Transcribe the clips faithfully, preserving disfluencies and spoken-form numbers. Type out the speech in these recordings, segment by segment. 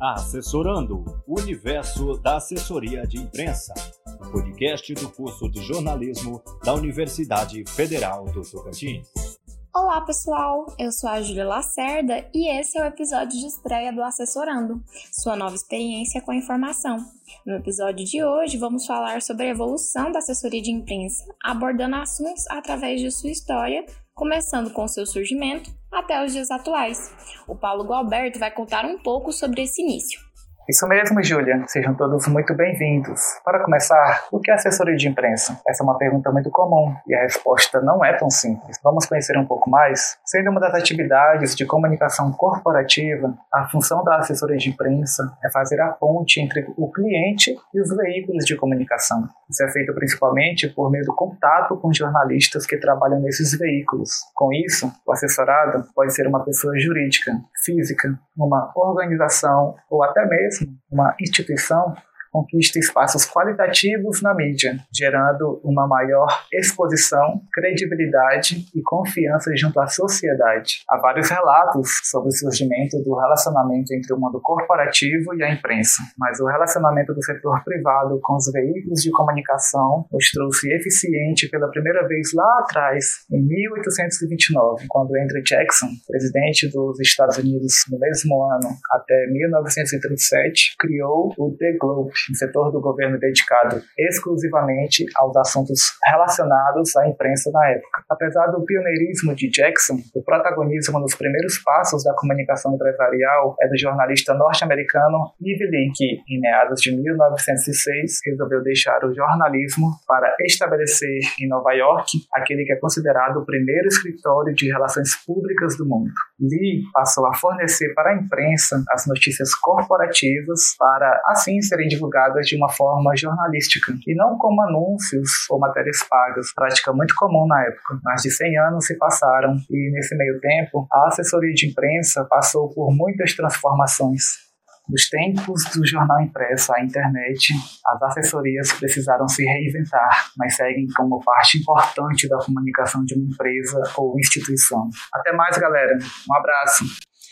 Assessorando, o universo da assessoria de imprensa, podcast do curso de jornalismo da Universidade Federal do Tocantins. Olá pessoal, eu sou a Júlia Lacerda e esse é o episódio de estreia do Assessorando, sua nova experiência com a informação. No episódio de hoje vamos falar sobre a evolução da assessoria de imprensa, abordando assuntos através de sua história, começando com seu surgimento até os dias atuais. O Paulo Gualberto vai contar um pouco sobre esse início. Isso mesmo, Júlia. Sejam todos muito bem-vindos. Para começar, o que é assessoria de imprensa? Essa é uma pergunta muito comum e a resposta não é tão simples. Vamos conhecer um pouco mais? Sendo uma das atividades de comunicação corporativa, a função da assessoria de imprensa é fazer a ponte entre o cliente e os veículos de comunicação. Isso é feito principalmente por meio do contato com jornalistas que trabalham nesses veículos. Com isso, o assessorado pode ser uma pessoa jurídica, física, uma organização ou até mesmo uma instituição conquista espaços qualitativos na mídia, gerando uma maior exposição, credibilidade e confiança junto à sociedade. Há vários relatos sobre o surgimento do relacionamento entre o mundo corporativo e a imprensa, mas o relacionamento do setor privado com os veículos de comunicação mostrou-se eficiente pela primeira vez lá atrás, em mil oitocentos e vinte e nove, quando Andrew Jackson, presidente dos Estados Unidos no mesmo ano até mil novecentos e trinta e sete, criou o The Globe, um setor do governo dedicado exclusivamente aos assuntos relacionados à imprensa na época. Apesar do pioneirismo de Jackson, o protagonismo nos primeiros passos da comunicação empresarial é do jornalista norte-americano Ivy Lee, que, em meados de mil novecentos e seis, resolveu deixar o jornalismo para estabelecer em Nova York aquele que é considerado o primeiro escritório de relações públicas do mundo. Lee passou a fornecer para a imprensa as notícias corporativas para, assim, serem divulgadas de uma forma jornalística, e não como anúncios ou matérias pagas, prática muito comum na época. Mais de cem anos se passaram e, nesse meio tempo, a assessoria de imprensa passou por muitas transformações. Dos tempos do jornal impresso à internet, as assessorias precisaram se reinventar, mas seguem como parte importante da comunicação de uma empresa ou instituição. Até mais, galera. Um abraço.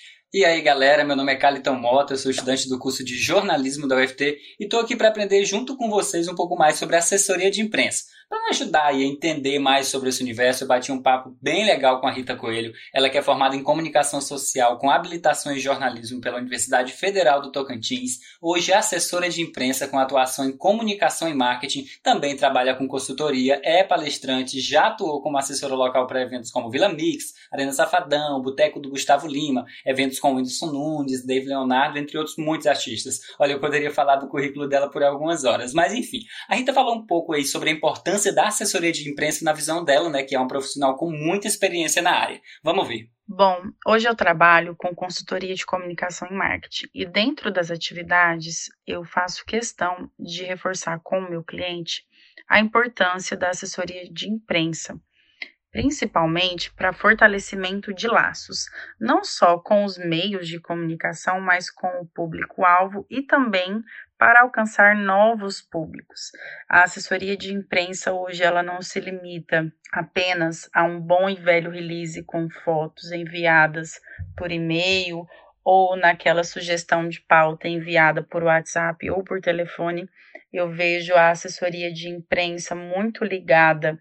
E aí galera, meu nome é Caliton Mota, eu sou estudante do curso de jornalismo da U F T e estou aqui para aprender junto com vocês um pouco mais sobre assessoria de imprensa. Para me ajudar a entender mais sobre esse universo, eu bati um papo bem legal com a Rita Coelho, ela que é formada em comunicação social com habilitação em jornalismo pela Universidade Federal do Tocantins, hoje é assessora de imprensa com atuação em comunicação e marketing, também trabalha com consultoria, é palestrante, já atuou como assessora local para eventos como Vila Mix, Arena Safadão, Boteco do Gustavo Lima, eventos com Whindersson Nunes, Dave Leonardo, entre outros muitos artistas. Olha, eu poderia falar do currículo dela por algumas horas, mas enfim. A Rita falou um pouco aí sobre a importância da assessoria de imprensa na visão dela, né, que é um profissional com muita experiência na área. Vamos ver. Bom, hoje eu trabalho com consultoria de comunicação e marketing e dentro das atividades eu faço questão de reforçar com o meu cliente a importância da assessoria de imprensa, principalmente para fortalecimento de laços, não só com os meios de comunicação, mas com o público-alvo e também para alcançar novos públicos. A assessoria de imprensa hoje ela não se limita apenas a um bom e velho release com fotos enviadas por e-mail ou naquela sugestão de pauta enviada por WhatsApp ou por telefone. Eu vejo a assessoria de imprensa muito ligada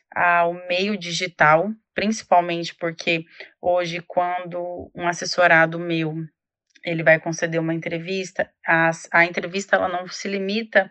ao meio digital, principalmente porque hoje, quando um assessorado meu ele vai conceder uma entrevista, a, a entrevista ela não se limita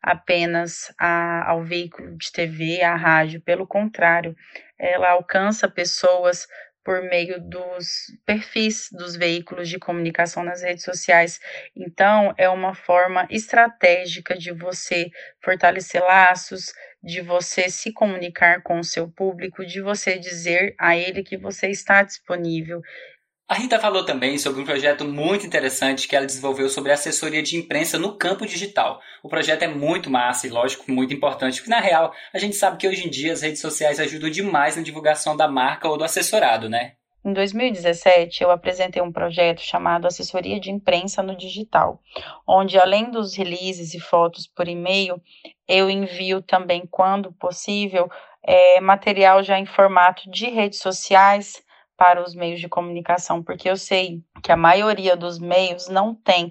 apenas a, ao veículo de T V, à rádio, pelo contrário, ela alcança pessoas por meio dos perfis dos veículos de comunicação nas redes sociais. Então, é uma forma estratégica de você fortalecer laços, de você se comunicar com o seu público, de você dizer a ele que você está disponível. A Rita falou também sobre um projeto muito interessante que ela desenvolveu sobre assessoria de imprensa no campo digital. O projeto é muito massa e, lógico, muito importante, porque, na real, a gente sabe que hoje em dia as redes sociais ajudam demais na divulgação da marca ou do assessorado, né? Em dois mil e dezessete, eu apresentei um projeto chamado Assessoria de Imprensa no Digital, onde, além dos releases e fotos por e-mail, eu envio também, quando possível, é, material já em formato de redes sociais, para os meios de comunicação, porque eu sei que a maioria dos meios não tem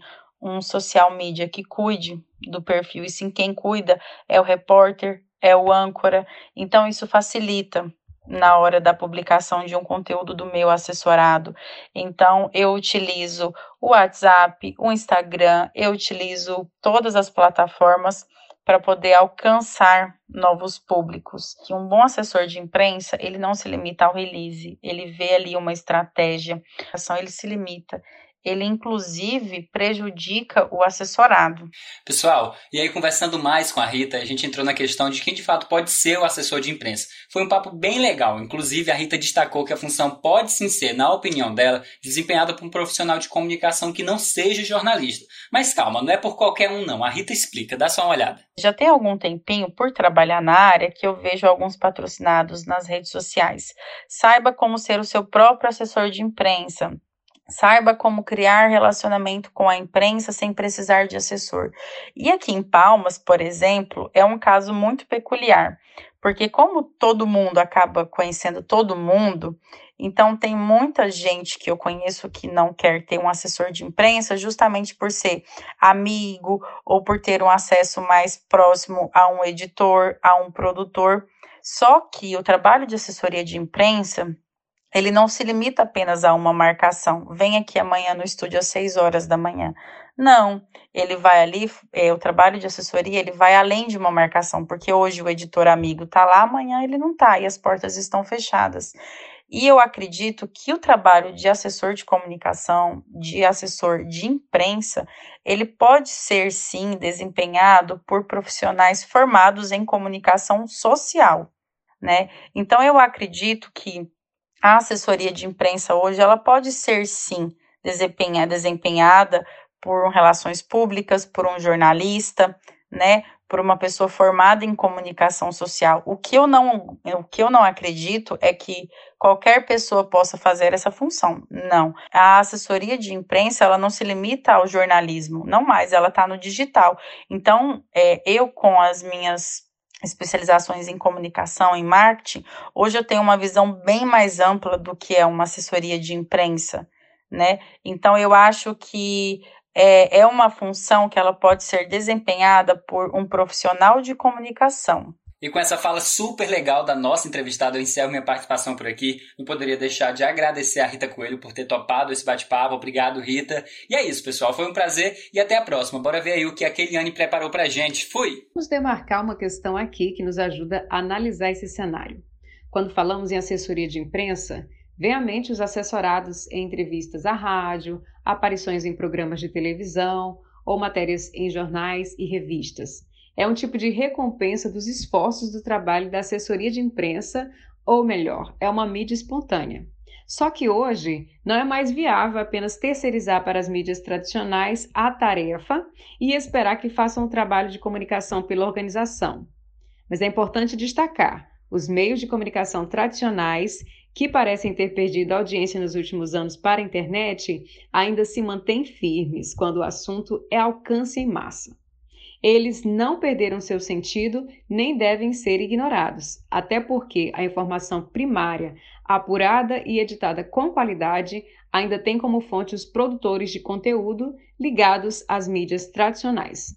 um social media que cuide do perfil, e sim quem cuida é o repórter, é o âncora. Então isso facilita na hora da publicação de um conteúdo do meu assessorado. Então eu utilizo o WhatsApp, o Instagram, eu utilizo todas as plataformas para poder alcançar novos públicos. Que um bom assessor de imprensa, ele não se limita ao release, ele vê ali uma estratégia, ele se limita. Ele, inclusive, prejudica o assessorado. Pessoal, e aí conversando mais com a Rita, a gente entrou na questão de quem de fato pode ser o assessor de imprensa. Foi um papo bem legal, inclusive a Rita destacou que a função pode sim ser, na opinião dela, desempenhada por um profissional de comunicação que não seja jornalista. Mas calma, não é por qualquer um não, a Rita explica, dá só uma olhada. Já tem algum tempinho, por trabalhar na área, que eu vejo alguns patrocinados nas redes sociais. Saiba como ser o seu próprio assessor de imprensa. Saiba como criar relacionamento com a imprensa sem precisar de assessor. E aqui em Palmas, por exemplo, é um caso muito peculiar, porque como todo mundo acaba conhecendo todo mundo, então tem muita gente que eu conheço que não quer ter um assessor de imprensa justamente por ser amigo ou por ter um acesso mais próximo a um editor, a um produtor. Só que o trabalho de assessoria de imprensa, ele não se limita apenas a uma marcação. Vem aqui amanhã no estúdio às seis horas da manhã. Não, ele vai ali, é, o trabalho de assessoria, ele vai além de uma marcação, porque hoje o editor amigo está lá, amanhã ele não está e as portas estão fechadas. E eu acredito que o trabalho de assessor de comunicação, de assessor de imprensa, ele pode ser sim desempenhado por profissionais formados em comunicação social, né? Então eu acredito que a assessoria de imprensa hoje, ela pode ser, sim, desempenha, desempenhada por relações públicas, por um jornalista, né, por uma pessoa formada em comunicação social. O que eu não, o que eu não acredito é que qualquer pessoa possa fazer essa função. Não. A assessoria de imprensa, ela não se limita ao jornalismo, não mais, ela está no digital. Então, é, eu com as minhas especializações em comunicação, em marketing, hoje eu tenho uma visão bem mais ampla do que é uma assessoria de imprensa, né? Então, eu acho que é, é uma função que ela pode ser desempenhada por um profissional de comunicação. E com essa fala super legal da nossa entrevistada, eu encerro minha participação por aqui. Não poderia deixar de agradecer a Rita Coelho por ter topado esse bate-papo. Obrigado, Rita. E é isso, pessoal. Foi um prazer e até a próxima. Bora ver aí o que a Keliane preparou pra gente. Fui! Vamos demarcar uma questão aqui que nos ajuda a analisar esse cenário. Quando falamos em assessoria de imprensa, vem à mente os assessorados em entrevistas à rádio, aparições em programas de televisão ou matérias em jornais e revistas. É um tipo de recompensa dos esforços do trabalho da assessoria de imprensa, ou melhor, é uma mídia espontânea. Só que hoje não é mais viável apenas terceirizar para as mídias tradicionais a tarefa e esperar que façam o trabalho de comunicação pela organização. Mas é importante destacar, os meios de comunicação tradicionais, que parecem ter perdido audiência nos últimos anos para a internet, ainda se mantêm firmes quando o assunto é alcance em massa. Eles não perderam seu sentido nem devem ser ignorados, até porque a informação primária, apurada e editada com qualidade, ainda tem como fonte os produtores de conteúdo ligados às mídias tradicionais.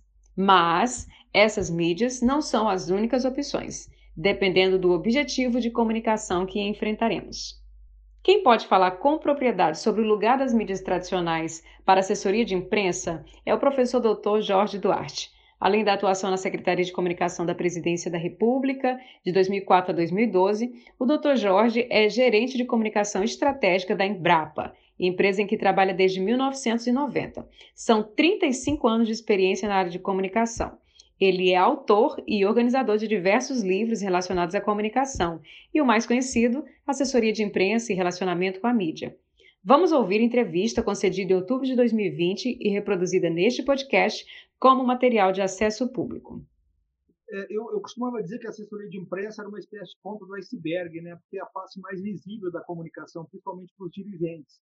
Mas essas mídias não são as únicas opções, dependendo do objetivo de comunicação que enfrentaremos. Quem pode falar com propriedade sobre o lugar das mídias tradicionais para assessoria de imprensa é o professor doutor Jorge Duarte. Além da atuação na Secretaria de Comunicação da Presidência da República, de dois mil e quatro a dois mil e doze, o doutor Jorge é gerente de comunicação estratégica da Embrapa, empresa em que trabalha desde mil novecentos e noventa. São trinta e cinco anos de experiência na área de comunicação. Ele é autor e organizador de diversos livros relacionados à comunicação, e o mais conhecido, Assessoria de Imprensa e Relacionamento com a Mídia. Vamos ouvir a entrevista concedida em outubro de dois mil e vinte e reproduzida neste podcast como material de acesso público. É, eu, eu costumava dizer que a assessoria de imprensa era uma espécie de ponta do iceberg, né? Porque é a face mais visível da comunicação, principalmente para os dirigentes.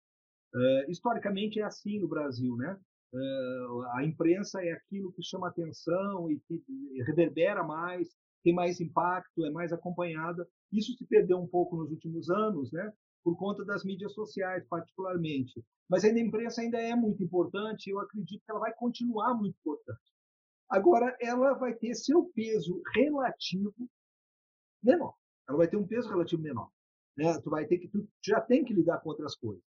É, historicamente é assim no Brasil, né? É, a imprensa é aquilo que chama atenção e que reverbera mais, tem mais impacto, é mais acompanhada. Isso se perdeu um pouco nos últimos anos, né? por conta das mídias sociais, particularmente. Mas ainda a imprensa ainda é muito importante e eu acredito que ela vai continuar muito importante. Agora, ela vai ter seu peso relativo menor. Ela vai ter um peso relativo menor. Né? Tu vai ter que, tu já tem que lidar com outras coisas.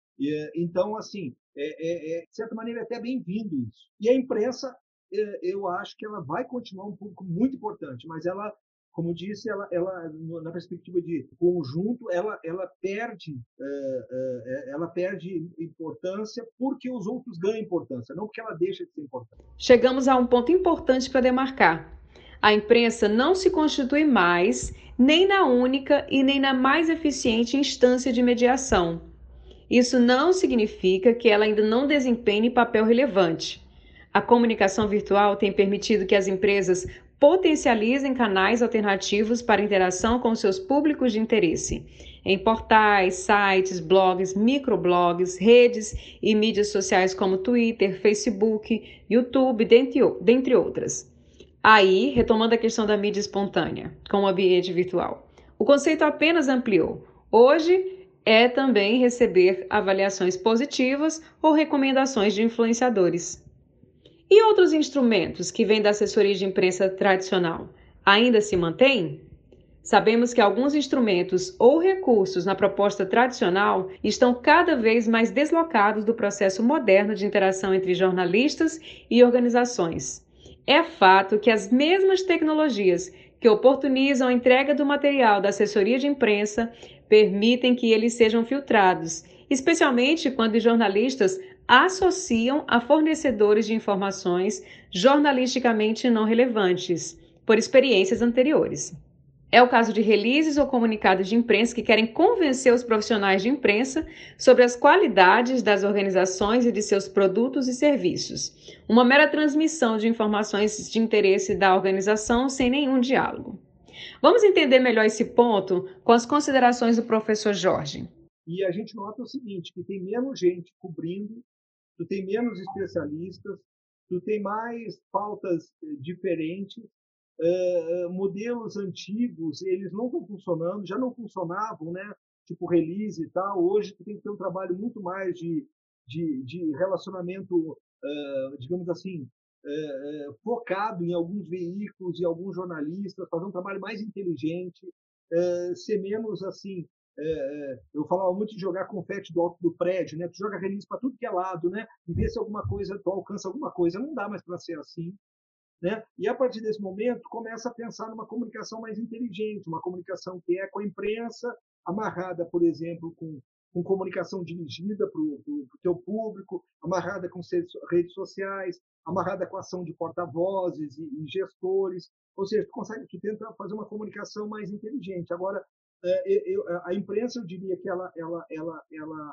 E, então, assim, é, é, é, de certa maneira, é até bem-vindo isso. E a imprensa, é, eu acho que ela vai continuar um público muito importante, mas ela, como disse, ela, ela na perspectiva de conjunto, ela, ela perde, é, é, ela perde importância porque os outros ganham importância, não porque ela deixa de ser importante. Chegamos a um ponto importante para demarcar. A imprensa não se constitui mais nem na única e nem na mais eficiente instância de mediação. Isso não significa que ela ainda não desempenhe papel relevante. A comunicação virtual tem permitido que as empresas potencializem canais alternativos para interação com seus públicos de interesse, em portais, sites, blogs, microblogs, redes e mídias sociais como Twitter, Facebook, YouTube, dentre, dentre outras. Aí, retomando a questão da mídia espontânea com o ambiente virtual, o conceito apenas ampliou. Hoje, é também receber avaliações positivas ou recomendações de influenciadores. E outros instrumentos que vêm da assessoria de imprensa tradicional ainda se mantêm? Sabemos que alguns instrumentos ou recursos na proposta tradicional estão cada vez mais deslocados do processo moderno de interação entre jornalistas e organizações. É fato que as mesmas tecnologias que oportunizam a entrega do material da assessoria de imprensa permitem que eles sejam filtrados, especialmente quando os jornalistas associam a fornecedores de informações jornalisticamente não relevantes, por experiências anteriores. É o caso de releases ou comunicados de imprensa que querem convencer os profissionais de imprensa sobre as qualidades das organizações e de seus produtos e serviços. Uma mera transmissão de informações de interesse da organização sem nenhum diálogo. Vamos entender melhor esse ponto com as considerações do professor Jorge. E a gente nota o seguinte, que tem menos gente cobrindo, tu tem menos especialistas, tu tem mais pautas diferentes, uh, modelos antigos, eles não estão funcionando, já não funcionavam, né? Tipo release e tal. Hoje tu tem que ter um trabalho muito mais de, de, de relacionamento, uh, digamos assim, uh, uh, focado em alguns veículos e alguns jornalistas, fazer um trabalho mais inteligente, uh, ser menos assim. É, eu falava muito de jogar confete do alto do prédio, né? Tu joga release para tudo que é lado, né? E vê se alguma coisa, tu alcança alguma coisa. Não dá mais para ser assim, né? E a partir desse momento começa a pensar numa comunicação mais inteligente, uma comunicação que é com a imprensa, amarrada, por exemplo, com, com comunicação dirigida para o teu público, amarrada com redes sociais, amarrada com ação de porta-vozes e, e gestores. Ou seja, tu consegue, tu tenta fazer uma comunicação mais inteligente. Agora, Eu, a imprensa, eu diria que ela, ela, ela, ela,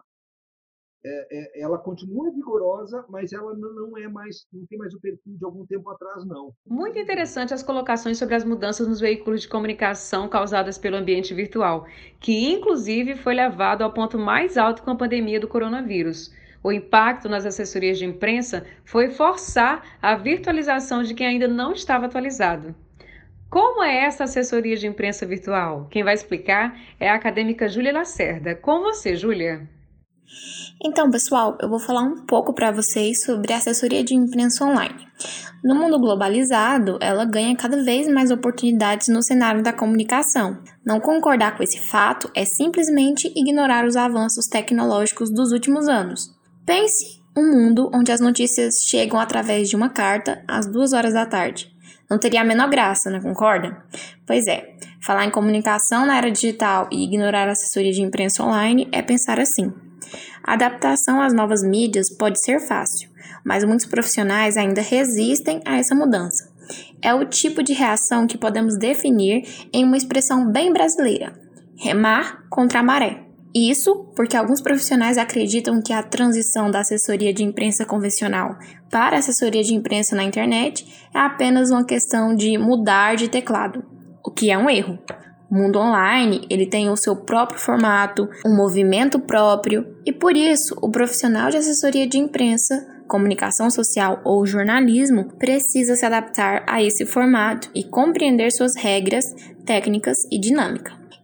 é, ela continua vigorosa, mas ela não é mais, não tem mais o perfil de algum tempo atrás, não. Muito interessante as colocações sobre as mudanças nos veículos de comunicação causadas pelo ambiente virtual, que inclusive foi levado ao ponto mais alto com a pandemia do coronavírus. O impacto nas assessorias de imprensa foi forçar a virtualização de quem ainda não estava atualizado. Como é essa assessoria de imprensa virtual? Quem vai explicar é a acadêmica Júlia Lacerda. Com você, Júlia. Então, pessoal, eu vou falar um pouco para vocês sobre a assessoria de imprensa online. No mundo globalizado, ela ganha cada vez mais oportunidades no cenário da comunicação. Não concordar com esse fato é simplesmente ignorar os avanços tecnológicos dos últimos anos. Pense um mundo onde as notícias chegam através de uma carta às duas horas da tarde. Não teria a menor graça, não concorda? Pois é, falar em comunicação na era digital e ignorar a assessoria de imprensa online é pensar assim. A adaptação às novas mídias pode ser fácil, mas muitos profissionais ainda resistem a essa mudança. É o tipo de reação que podemos definir em uma expressão bem brasileira: remar contra a maré. Isso porque alguns profissionais acreditam que a transição da assessoria de imprensa convencional para a assessoria de imprensa na internet é apenas uma questão de mudar de teclado, o que é um erro. O mundo online, ele tem o seu próprio formato, um movimento próprio, e por isso o profissional de assessoria de imprensa, comunicação social ou jornalismo precisa se adaptar a esse formato e compreender suas regras, técnicas e dinâmica.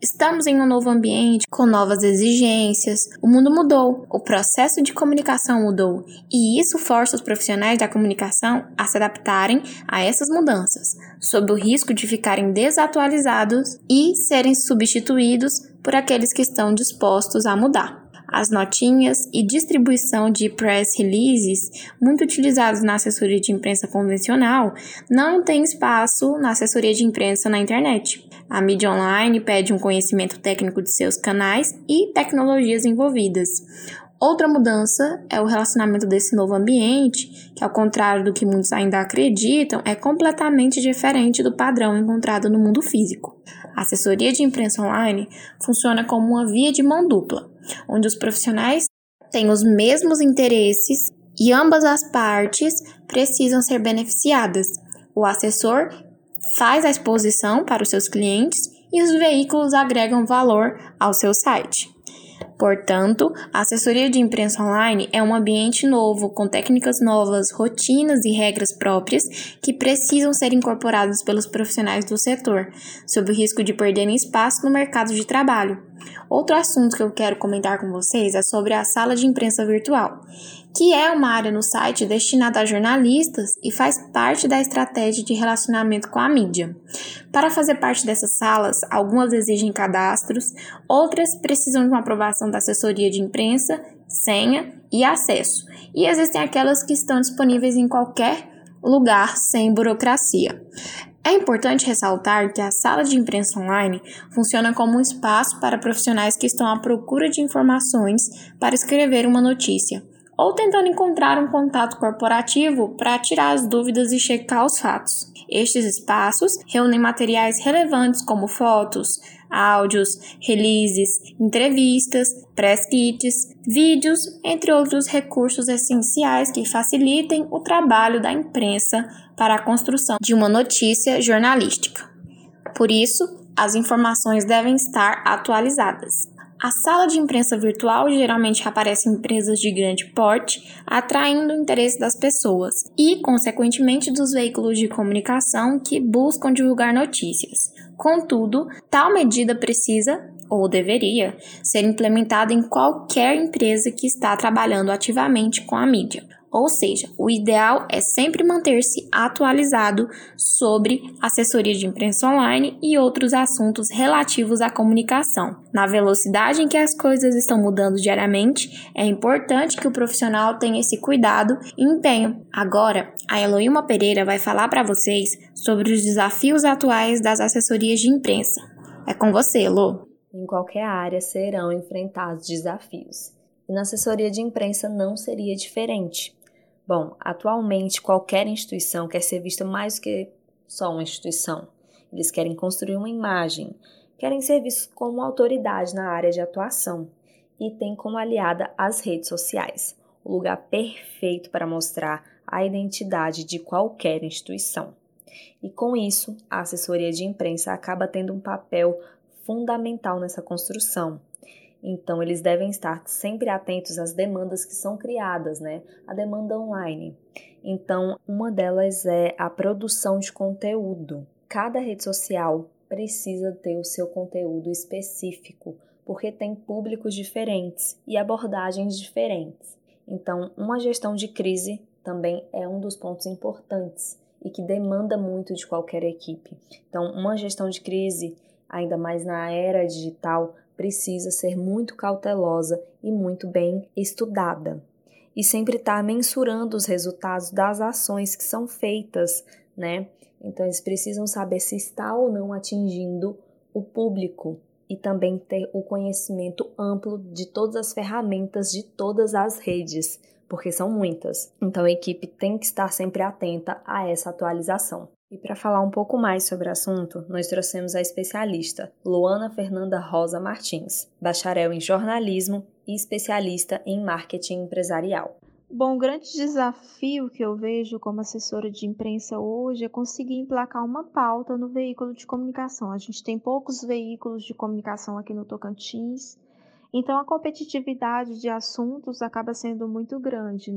Estamos em um novo ambiente, com novas exigências. O mundo mudou, o processo de comunicação mudou, e isso força os profissionais da comunicação a se adaptarem a essas mudanças, sob o risco de ficarem desatualizados e serem substituídos por aqueles que estão dispostos a mudar. As notinhas e distribuição de press releases, muito utilizados na assessoria de imprensa convencional, não têm espaço na assessoria de imprensa na internet. A mídia online pede um conhecimento técnico de seus canais e tecnologias envolvidas. Outra mudança é o relacionamento desse novo ambiente, que, ao contrário do que muitos ainda acreditam, é completamente diferente do padrão encontrado no mundo físico. A assessoria de imprensa online funciona como uma via de mão dupla, onde os profissionais têm os mesmos interesses e ambas as partes precisam ser beneficiadas. O assessor faz a exposição para os seus clientes e os veículos agregam valor ao seu site. Portanto, a assessoria de imprensa online é um ambiente novo, com técnicas novas, rotinas e regras próprias que precisam ser incorporadas pelos profissionais do setor, sob o risco de perderem espaço no mercado de trabalho. Outro assunto que eu quero comentar com vocês é sobre a sala de imprensa virtual, que é uma área no site destinada a jornalistas e faz parte da estratégia de relacionamento com a mídia. Para fazer parte dessas salas, algumas exigem cadastros, outras precisam de uma aprovação da assessoria de imprensa, senha e acesso, e existem aquelas que estão disponíveis em qualquer lugar sem burocracia. É importante ressaltar que a sala de imprensa online funciona como um espaço para profissionais que estão à procura de informações para escrever uma notícia, ou tentando encontrar um contato corporativo para tirar as dúvidas e checar os fatos. Estes espaços reúnem materiais relevantes como fotos, áudios, releases, entrevistas, press kits, vídeos, entre outros recursos essenciais que facilitem o trabalho da imprensa para a construção de uma notícia jornalística. Por isso, as informações devem estar atualizadas. A sala de imprensa virtual geralmente aparece em empresas de grande porte, atraindo o interesse das pessoas e, consequentemente, dos veículos de comunicação que buscam divulgar notícias. Contudo, tal medida precisa, ou deveria, ser implementada em qualquer empresa que está trabalhando ativamente com a mídia. Ou seja, o ideal é sempre manter-se atualizado sobre assessoria de imprensa online e outros assuntos relativos à comunicação. Na velocidade em que as coisas estão mudando diariamente, é importante que o profissional tenha esse cuidado e empenho. Agora, a Eloíma Pereira vai falar para vocês sobre os desafios atuais das assessorias de imprensa. É com você, Elo. Em qualquer área serão enfrentados desafios. E na assessoria de imprensa não seria diferente. Bom, atualmente qualquer instituição quer ser vista mais do que só uma instituição. Eles querem construir uma imagem, querem ser vistos como autoridade na área de atuação e tem como aliada as redes sociais, o lugar perfeito para mostrar a identidade de qualquer instituição. E com isso, a assessoria de imprensa acaba tendo um papel fundamental nessa construção. Então, eles devem estar sempre atentos às demandas que são criadas, né? A demanda online. Então, uma delas é a produção de conteúdo. Cada rede social precisa ter o seu conteúdo específico, porque tem públicos diferentes e abordagens diferentes. Então, uma gestão de crise também é um dos pontos importantes e que demanda muito de qualquer equipe. Então, uma gestão de crise, ainda mais na era digital, precisa ser muito cautelosa e muito bem estudada. E sempre estar mensurando os resultados das ações que são feitas, né? Então, eles precisam saber se está ou não atingindo o público e também ter o conhecimento amplo de todas as ferramentas de todas as redes, porque são muitas. Então, a equipe tem que estar sempre atenta a essa atualização. E para falar um pouco mais sobre o assunto, nós trouxemos a especialista Luana Fernanda Rosa Martins, bacharel em jornalismo e especialista em marketing empresarial. Bom, o grande desafio que eu vejo como assessora de imprensa hoje é conseguir emplacar uma pauta no veículo de comunicação. A gente tem poucos veículos de comunicação aqui no Tocantins, então a competitividade de assuntos acaba sendo muito grande, né?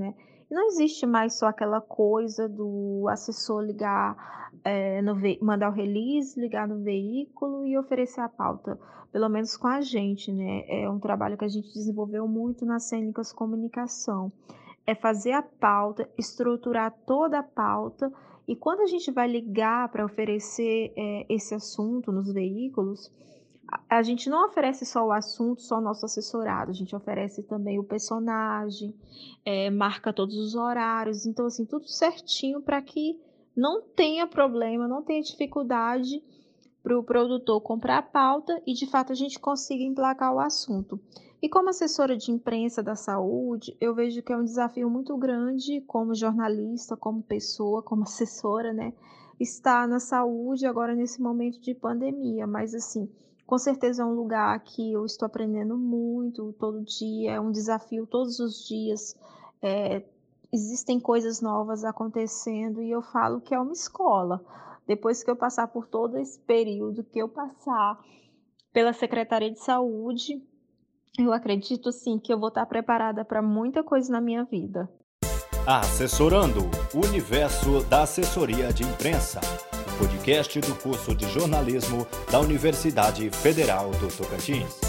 E não existe mais só aquela coisa do assessor ligar, é, no ve- mandar o release, ligar no veículo e oferecer a pauta, pelo menos com a gente, né? É um trabalho que a gente desenvolveu muito na Cênicas Comunicação. É fazer a pauta, estruturar toda a pauta, e quando a gente vai ligar para oferecer é, esse assunto nos veículos, a, a gente não oferece só o assunto, só o nosso assessorado, a gente oferece também o personagem, é, marca todos os horários, então assim, tudo certinho para que não tenha problema, não tenha dificuldade para o produtor comprar a pauta e de fato a gente consiga emplacar o assunto. E como assessora de imprensa da saúde, eu vejo que é um desafio muito grande como jornalista, como pessoa, como assessora, né? Estar na saúde agora nesse momento de pandemia, mas assim, com certeza é um lugar que eu estou aprendendo muito todo dia, é um desafio todos os dias, é, existem coisas novas acontecendo e eu falo que é uma escola. Depois que eu passar por todo esse período, que eu passar pela Secretaria de Saúde, eu acredito sim que eu vou estar preparada para muita coisa na minha vida. Assessorando, o universo da assessoria de imprensa. Podcast do curso de jornalismo da Universidade Federal do Tocantins.